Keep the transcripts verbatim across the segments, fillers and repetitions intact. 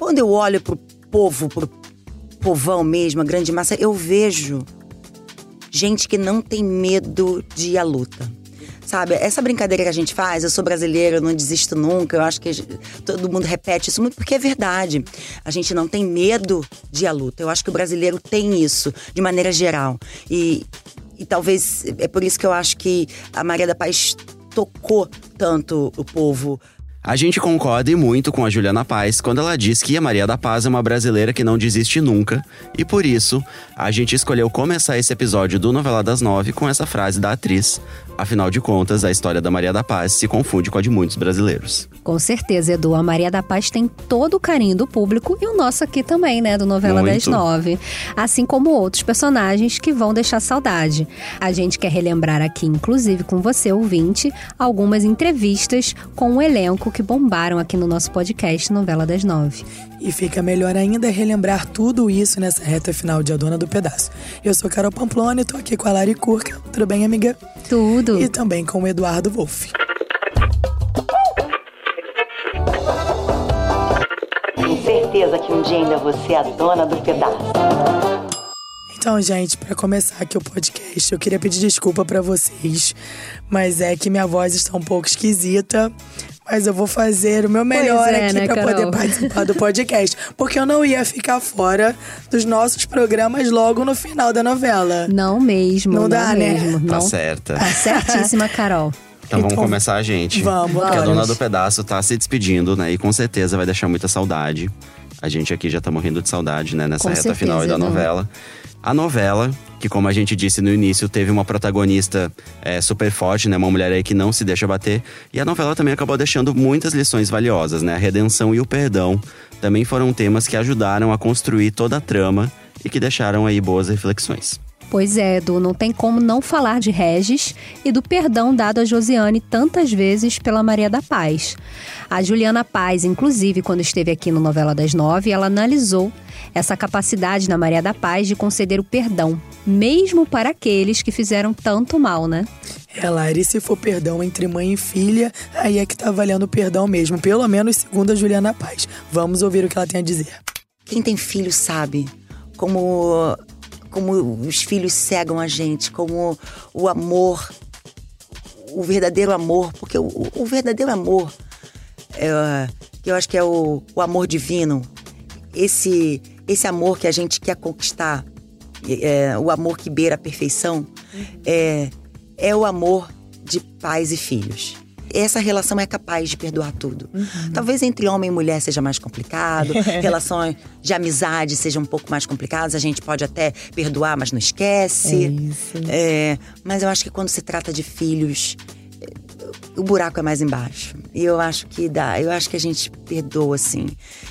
quando eu olho pro povo, pro povão mesmo, a grande massa, eu vejo gente que não tem medo de ir à luta. Sabe, essa brincadeira que a gente faz, eu sou brasileira, eu não desisto nunca, eu acho que todo mundo repete isso muito porque é verdade. A gente não tem medo de ir à luta. Eu acho que o brasileiro tem isso, de maneira geral. E, e talvez é por isso que eu acho que a Maria da Paz tocou tanto o povo. A gente concorda e muito com a Juliana Paz quando ela diz que a Maria da Paz é uma brasileira que não desiste nunca. E por isso, a gente escolheu começar esse episódio do Novela das Nove com essa frase da atriz. Afinal de contas, a história da Maria da Paz se confunde com a de muitos brasileiros. Com certeza, Edu. A Maria da Paz tem todo o carinho do público e o nosso aqui também, né? Do Novela das Nove. Assim como outros personagens que vão deixar saudade. A gente quer relembrar aqui, inclusive com você, ouvinte, algumas entrevistas com o elenco que bombaram aqui no nosso podcast Novela das Nove. E fica melhor ainda relembrar tudo isso nessa reta final de A Dona do Pedaço. Eu sou Carol Pamplona e tô aqui com a Lari Curca. Tudo bem, amiga? Tudo. E também com o Eduardo Wolff. Tenho certeza que um dia ainda você é a dona do pedaço. Então, gente, pra começar aqui o podcast, eu queria pedir desculpa pra vocês, mas é que minha voz está um pouco esquisita. Mas eu vou fazer o meu melhor é, aqui né, pra Carol? poder participar do podcast. Porque eu não ia ficar fora dos nossos programas logo no final da novela. Não mesmo. Não Não dá, né? mesmo. Tá Não. certa. Tá certíssima, Carol. Então vamos Então, começar, gente. vamos, Porque bora. a Dona do Pedaço tá se despedindo, né? E com certeza vai deixar muita saudade. A gente aqui já tá morrendo de saudade, né? Nessa Com reta certeza, final aí da Edu. novela. A novela, que como a gente disse no início, teve uma protagonista é, super forte, né? Uma mulher aí que não se deixa bater. E a novela também acabou deixando muitas lições valiosas, né? A redenção e o perdão também foram temas que ajudaram a construir toda a trama e que deixaram aí boas reflexões. Pois é, Edu, não tem como não falar de Regis e do perdão dado a Josiane tantas vezes pela Maria da Paz. A Juliana Paz, inclusive, quando esteve aqui no Novela das Nove, ela analisou essa capacidade da Maria da Paz de conceder o perdão, mesmo para aqueles que fizeram tanto mal, né? É, Lari, se for perdão entre mãe e filha, aí é que tá valendo o perdão mesmo. Pelo menos segundo a Juliana Paz. Vamos ouvir o que ela tem a dizer. Quem tem filho sabe como, como os filhos cegam a gente, como o amor, o verdadeiro amor, porque o, o verdadeiro amor, é, eu acho que é o, o amor divino, esse, esse amor que a gente quer conquistar, é, o amor que beira a perfeição, é, é o amor de pais e filhos. Essa relação é capaz de perdoar tudo. Uhum. Talvez entre homem e mulher seja mais complicado, relações de amizade sejam um pouco mais complicadas, a gente pode até perdoar, mas não esquece. É isso. É, mas eu acho que quando se trata de filhos, o buraco é mais embaixo. E eu acho que dá, eu acho que a gente perdoa, assim.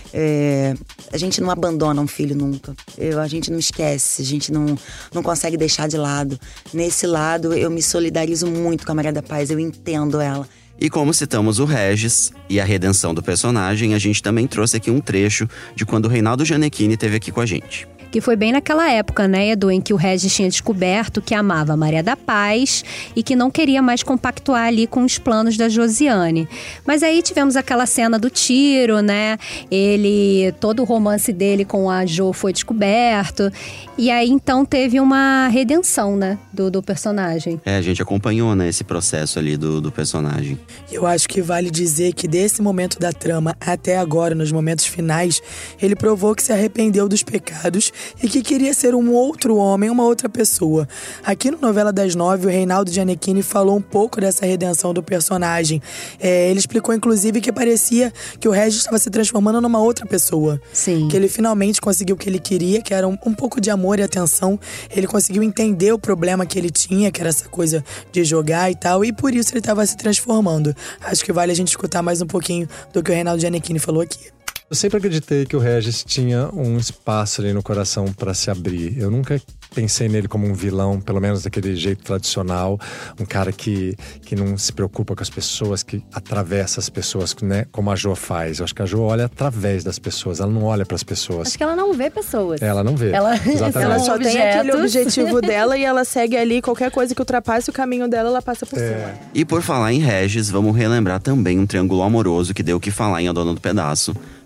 É, a gente não abandona um filho nunca. Eu, a gente não esquece, a gente não, não consegue deixar de lado. Nesse lado, eu me solidarizo muito com a Maria da Paz, eu entendo ela. E como citamos o Regis e a redenção do personagem, a gente também trouxe aqui um trecho de quando o Reinaldo Gianecchini esteve aqui com a gente. Que foi bem naquela época, né, Edu, em que o Regis tinha descoberto que amava a Maria da Paz e que não queria mais compactuar ali com os planos da Josiane. Mas aí tivemos aquela cena do tiro, né? Ele, todo o romance dele com a Jo foi descoberto. E aí, então, teve uma redenção, né, do, do personagem. É, a gente acompanhou, né, esse processo ali do, do personagem. Eu acho que vale dizer que desse momento da trama até agora, nos momentos finais, ele provou que se arrependeu dos pecados e que queria ser um outro homem, uma outra pessoa. Aqui no Novela das Nove, o Reinaldo Gianecchini falou um pouco dessa redenção do personagem. É, ele explicou, inclusive, que parecia que o Regis estava se transformando numa outra pessoa. Sim. Que ele finalmente conseguiu o que ele queria, que era um, um pouco de amor e atenção. Ele conseguiu entender o problema que ele tinha, que era essa coisa de jogar e tal, e por isso ele estava se transformando. Acho que vale a gente escutar mais um pouquinho do que o Reinaldo Gianecchini falou aqui. Eu sempre acreditei que o Regis tinha um espaço ali no coração para se abrir. Eu nunca pensei nele como um vilão, pelo menos daquele jeito tradicional. Um cara que, que não se preocupa com as pessoas, que atravessa as pessoas, né, como a Jo faz. Eu acho que a Jo olha através das pessoas, ela não olha para as pessoas. Acho que ela não vê pessoas. Ela não vê. Ela, Exatamente. ela Ela só tem objetos. aquele objetivo dela e ela segue ali qualquer coisa que ultrapasse o caminho dela, ela passa por É. cima. E por falar em Regis, vamos relembrar também um triângulo amoroso que deu o que falar em A Dona do Pedaço.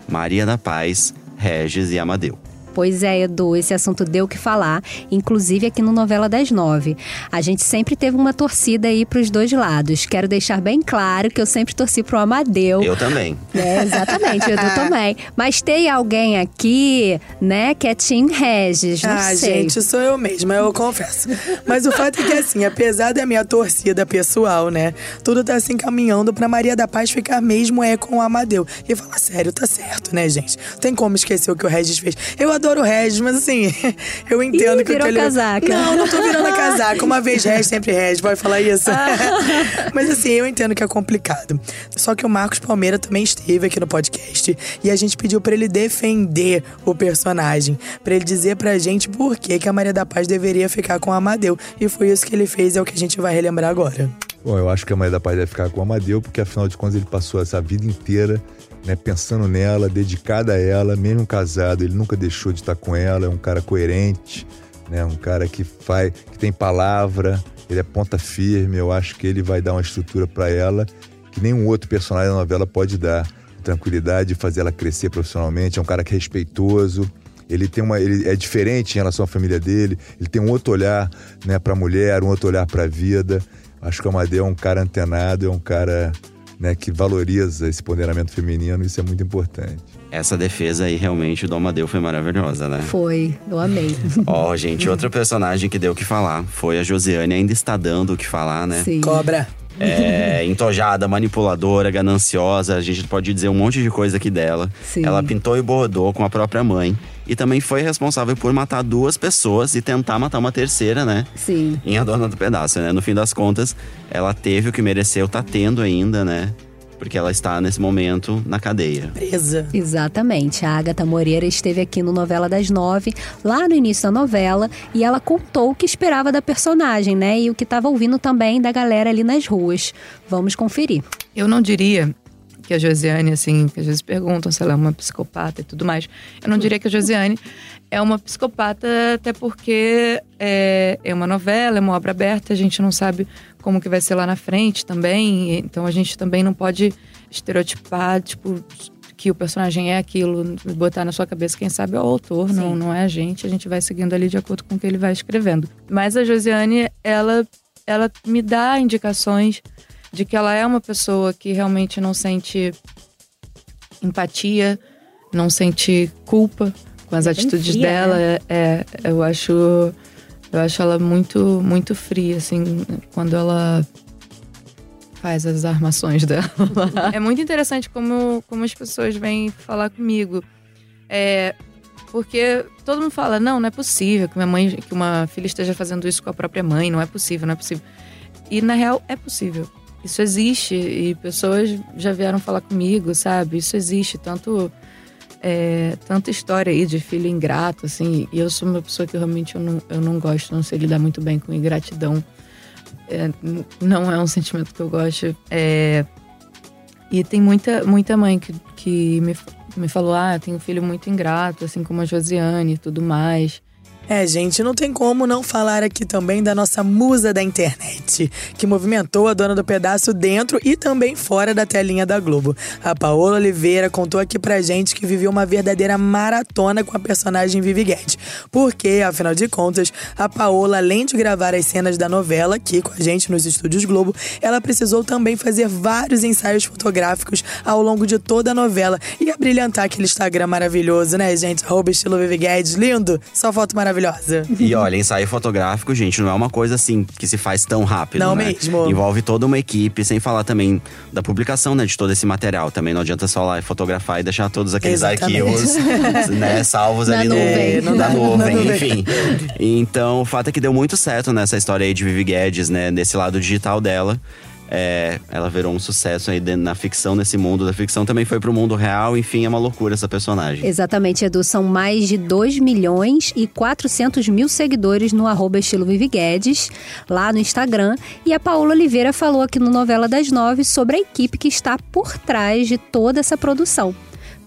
Maria da Paz, Regis e Amadeu. Pois é, Edu, esse assunto deu o que falar, inclusive aqui no Novela das Nove. A gente sempre teve uma torcida aí pros dois lados. Quero deixar bem claro que eu sempre torci pro Amadeu. Eu também. É, exatamente, o Edu também. Mas tem alguém aqui, né, que é Team Regis, não ah, sei. gente, sou eu mesma, eu confesso. Mas o fato é que, assim, apesar da minha torcida pessoal, né, tudo tá se encaminhando pra Maria da Paz ficar mesmo é com o Amadeu. E fala sério, tá certo, né, gente? Não tem como esquecer o que o Regis fez. Eu adoro o Regis, mas assim, eu entendo Ih, que... virou aquele... casaca. Não, não tô virando a casaca. Uma vez Regis, sempre Regis, pode falar isso? Mas assim, eu entendo que é complicado. Só que o Marcos Palmeira também esteve aqui no podcast e a gente pediu pra ele defender o personagem, pra ele dizer pra gente por que que a Maria da Paz deveria ficar com o Amadeu. E foi isso que ele fez, é o que a gente vai relembrar agora. Bom, eu acho que a Maria da Paz deve ficar com o Amadeu, porque afinal de contas ele passou essa vida inteira, né, pensando nela, dedicada a ela, mesmo casado, ele nunca deixou de estar com ela, é um cara coerente, né, um cara que faz, que tem palavra, ele é ponta firme. Eu acho que ele vai dar uma estrutura para ela que nenhum outro personagem da novela pode dar. Tranquilidade, fazer ela crescer profissionalmente, é um cara que é respeitoso. Ele, tem uma, ele é diferente em relação à família dele, ele tem um outro olhar, né, para a mulher, um outro olhar para a vida. Acho que o Amadeu é um cara antenado, é um cara, né, que valoriza esse empoderamento feminino, isso é muito importante. Essa defesa aí realmente do Amadeu foi maravilhosa, né? Foi, eu amei. Ó, oh, gente, outra personagem que deu o que falar foi a Josiane, ainda está dando o que falar, né? Sim. Cobra. É, entojada, manipuladora, gananciosa, a gente pode dizer um monte de coisa aqui dela. Sim. Ela pintou e bordou com a própria mãe. E também foi responsável por matar duas pessoas e tentar matar uma terceira, né? Sim. Em A Dona do Pedaço, né? No fim das contas, ela teve o que mereceu, tá tendo ainda, né? Porque ela está, nesse momento, na cadeia. Presa. Exatamente. A Agatha Moreira esteve aqui no Novela das Nove, lá no início da novela, e ela contou o que esperava da personagem, né? E o que estava ouvindo também da galera ali nas ruas. Vamos conferir. Eu não diria que a Josiane, assim, que às vezes perguntam se ela é uma psicopata e tudo mais. Eu não diria que a Josiane é uma psicopata, até porque é, é uma novela, é uma obra aberta, a gente não sabe como que vai ser lá na frente também, então a gente também não pode estereotipar, tipo, que o personagem é aquilo, botar na sua cabeça, quem sabe é o autor, não, não é a gente, a gente vai seguindo ali de acordo com o que ele vai escrevendo. Mas a Josiane, ela, ela me dá indicações de que ela é uma pessoa que realmente não sente empatia, não sente culpa com as é atitudes fria, dela. né? É, eu acho, eu acho ela muito, muito fria, assim, quando ela faz as armações dela. É muito interessante como, como as pessoas vêm falar comigo. É, porque todo mundo fala, não, não é possível que minha mãe, que uma filha esteja fazendo isso com a própria mãe, não é possível, não é possível. E na real é possível. Isso existe e pessoas já vieram falar comigo, sabe? Isso existe, tanto, é, tanta história aí de filho ingrato, assim. E eu sou uma pessoa que realmente eu não, eu não gosto, não sei lidar muito bem com ingratidão. É, não é um sentimento que eu gosto. É, e tem muita, muita mãe que, que me, me falou, ah, tem um filho muito ingrato, assim como a Josiane e tudo mais. É, gente, não tem como não falar aqui também da nossa musa da internet, que movimentou a Dona do Pedaço dentro e também fora da telinha da Globo. A Paola Oliveira contou aqui pra gente que viveu uma verdadeira maratona com a personagem Vivi Guedes. Porque, afinal de contas, a Paola, além de gravar as cenas da novela aqui com a gente nos estúdios Globo, ela precisou também fazer vários ensaios fotográficos ao longo de toda a novela e abrilhantar aquele Instagram maravilhoso, né, gente? Arroba estilo Vivi Guedes, lindo, só foto maravilhosa. E olha, ensaio fotográfico, gente, não é uma coisa assim que se faz tão rápido, não, né? mesmo. Envolve toda uma equipe, sem falar também da publicação, né, de todo esse material. Também não adianta só lá fotografar e deixar todos aqueles Exatamente. arquivos, né, salvos Na ali nuvem. no, na nuvem, enfim. Então, o fato é que deu muito certo nessa história aí de Vivi Guedes, né, desse lado digital dela. É, ela virou um sucesso aí na ficção, nesse mundo da ficção. Também foi pro mundo real, enfim, é uma loucura essa personagem. Exatamente, Edu. São mais de dois milhões e quatrocentos mil seguidores no arroba estilo Vivi Guedes, lá no Instagram. E a Paola Oliveira falou aqui no Novela das Nove sobre a equipe que está por trás de toda essa produção.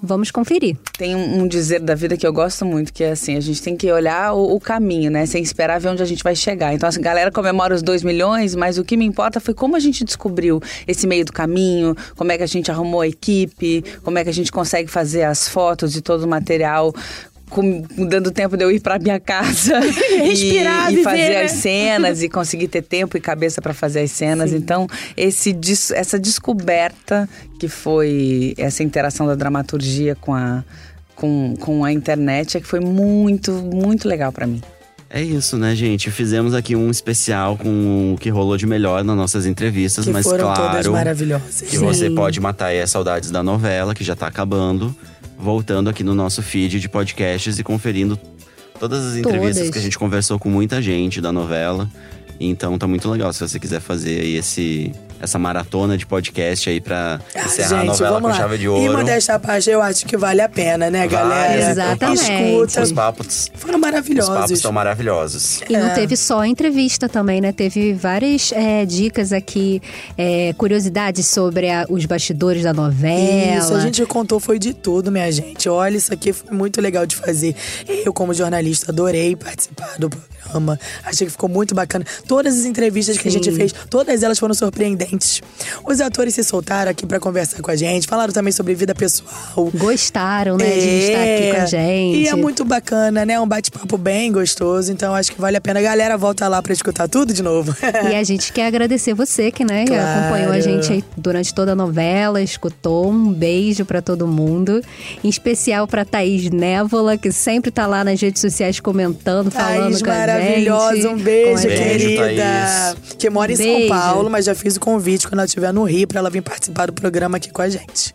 Vamos conferir. Tem um, um dizer da vida que eu gosto muito, que é assim, a gente tem que olhar o, o caminho, né? Sem esperar ver onde a gente vai chegar. Então, a galera comemora os dois milhões, mas o que me importa foi como a gente descobriu esse meio do caminho, como é que a gente arrumou a equipe, como é que a gente consegue fazer as fotos e todo o material, com, dando tempo de eu ir pra minha casa Respirar, e, e fazer viver, as né? cenas e conseguir ter tempo e cabeça para fazer as cenas. Sim. Então, esse, essa descoberta que foi essa interação da dramaturgia com a, com, com a internet é que foi muito, muito legal para mim. É isso, né, gente? Fizemos aqui um especial com o que rolou de melhor nas nossas entrevistas, que mas foram claro todas maravilhosas. que Sim. você pode matar aí as saudades da novela, que já tá acabando, voltando aqui no nosso feed de podcasts e conferindo todas as entrevistas Todas. que a gente conversou com muita gente da novela. Então tá muito legal se você quiser fazer aí esse, essa maratona de podcast aí pra encerrar Gente, a novela vamos com lá. chave de ouro. E modéstia à parte, eu acho que vale a pena, né, galera? Exatamente. Escuta. Os papos, Foram os maravilhosos. papos estão maravilhosos. E não É. teve só entrevista também, né? Teve várias é, dicas aqui, é, curiosidades sobre a- os bastidores da novela. Isso, a gente contou foi de tudo, minha gente. Olha, isso aqui foi muito legal de fazer. Eu, como jornalista, adorei participar do programa. Achei que ficou muito bacana. Todas as entrevistas que a Sim. gente fez, todas elas foram surpreendentes. Os atores se soltaram aqui pra conversar com a gente, falaram também sobre vida pessoal. Gostaram, né, de estar aqui com a gente. E é muito bacana, né? Um bate-papo bem gostoso. Então, acho que vale a pena. A galera volta lá pra escutar tudo de novo. E a gente quer agradecer você que, né, Claro. acompanhou a gente aí durante toda a novela, escutou. Um beijo pra todo mundo. Em especial pra Thaís Névola, que sempre tá lá nas redes sociais comentando, falando Thaís com a gente. maravilhosa, um beijo, com a gente. Beijo, querida. Thaís. Que mora em São Beijo. Paulo, mas já fiz o convite quando ela estiver no Rio pra ela vir participar do programa aqui com a gente.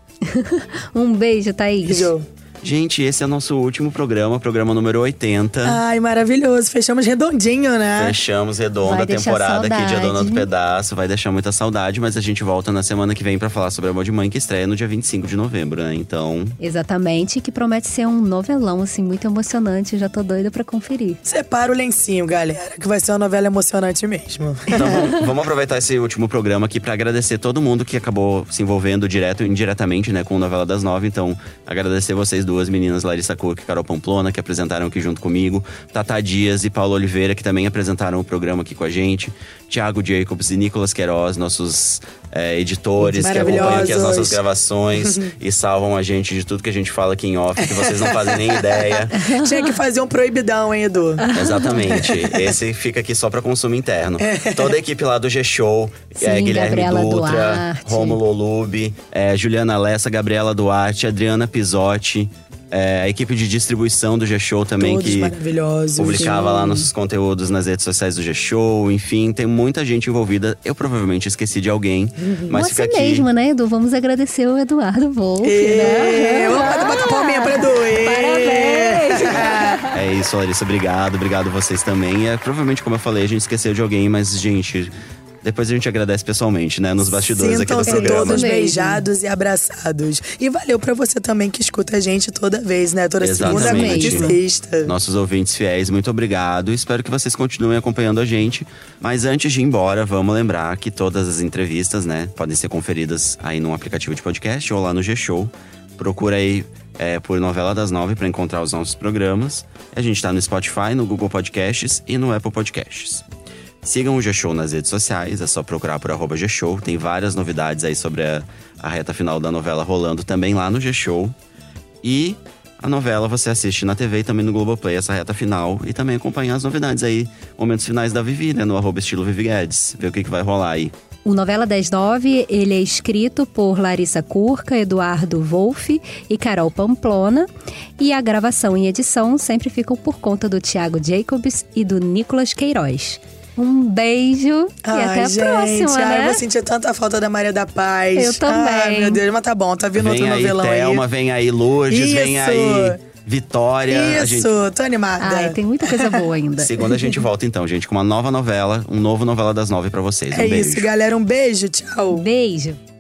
Um beijo, Thaís. Beijo. Gente, esse é o nosso último programa, programa número oitenta. Ai, maravilhoso. Fechamos redondinho, né? Fechamos redonda Vai a deixar temporada aqui de A Dona saudade. do Pedaço. Vai deixar muita saudade, mas a gente volta na semana que vem pra falar sobre Amor de Mãe, que estreia no dia vinte e cinco de novembro, né? Então, Exatamente, que promete ser um novelão, assim, muito emocionante. Já tô doida pra conferir. Separa o lencinho, galera, que vai ser uma novela emocionante mesmo. então vamos, vamos aproveitar esse último programa aqui pra agradecer todo mundo que acabou se envolvendo direto e indiretamente, né, com Novela das Nove. Então, agradecer vocês duas meninas, Larissa Cook e Carol Pamplona, que apresentaram aqui junto comigo. Tata Dias e Paulo Oliveira, que também apresentaram o programa aqui com a gente. Thiago Jacobs e Nicolas Queiroz, nossos é, editores, que acompanham aqui as nossas Maravilhosos. gravações e salvam a gente de tudo que a gente fala aqui em off, que vocês não fazem nem ideia. Tinha que fazer um proibidão, hein, Edu? Exatamente. Esse fica aqui só pra consumo interno. Toda a equipe lá do G-Show, é, Sim, Guilherme Gabriela Dutra, Duarte. Rômulo Olube, é, Juliana Lessa, Gabriela Duarte, Adriana Pisotti, é, a equipe de distribuição do G-Show também, Todos que maravilhosos. publicava lá nossos conteúdos nas redes sociais do G-Show. Enfim, tem muita gente envolvida. Eu provavelmente esqueci de alguém, mas Você fica aqui… mesmo, né, Edu? Vamos agradecer o Eduardo Wolff, né? Ê, Vamos bater bota palminha pra Edu. Ê. Parabéns! É isso, Larissa. Obrigado. Obrigado vocês também. É, provavelmente, como eu falei, a gente esqueceu de alguém, mas, gente… Depois a gente agradece pessoalmente, né? Nos bastidores aqui do Sintam-se programa. todos Mesmo. beijados e abraçados. E valeu pra você também que escuta a gente toda vez, né? Toda segunda, Exatamente. quarta e sexta. Nossos ouvintes fiéis, muito obrigado. Espero que vocês continuem acompanhando a gente. Mas antes de ir embora, vamos lembrar que todas as entrevistas, né, podem ser conferidas aí num aplicativo de podcast ou lá no G-Show. Procura aí é, por Novela das Nove para encontrar os nossos programas. A gente tá no Spotify, no Google Podcasts e no Apple Podcasts. Sigam o G-Show nas redes sociais, é só procurar por arroba G-Show. Tem várias novidades aí sobre a, a reta final da novela rolando também lá no G-Show. E a novela você assiste na T V e também no Globoplay, essa reta final. E também acompanhar as novidades aí, momentos finais da Vivi, né? No arroba estilo Vivi Guedes. Ver o que, que vai rolar aí. O Novela das Nove, ele é escrito por Larissa Curca, Eduardo Wolff e Carol Pamplona. E a gravação e edição sempre ficam por conta do Thiago Jacobs e do Nicolas Queiroz. Um beijo Ai, e até a gente, próxima, ai, né? eu vou sentir tanta falta da Maria da Paz. Eu também. Ai, meu Deus, mas tá bom, tá vindo Vem outro aí novelão Thelma, aí. vem aí Lourdes, vem Isso. aí Vitória. A Isso, gente… tô animada. Ai, tem muita coisa boa ainda. Segunda a gente volta então, gente, com uma nova novela, um novo Novela das Nove pra vocês. Um É beijo. isso, galera. Um beijo, tchau. Beijo.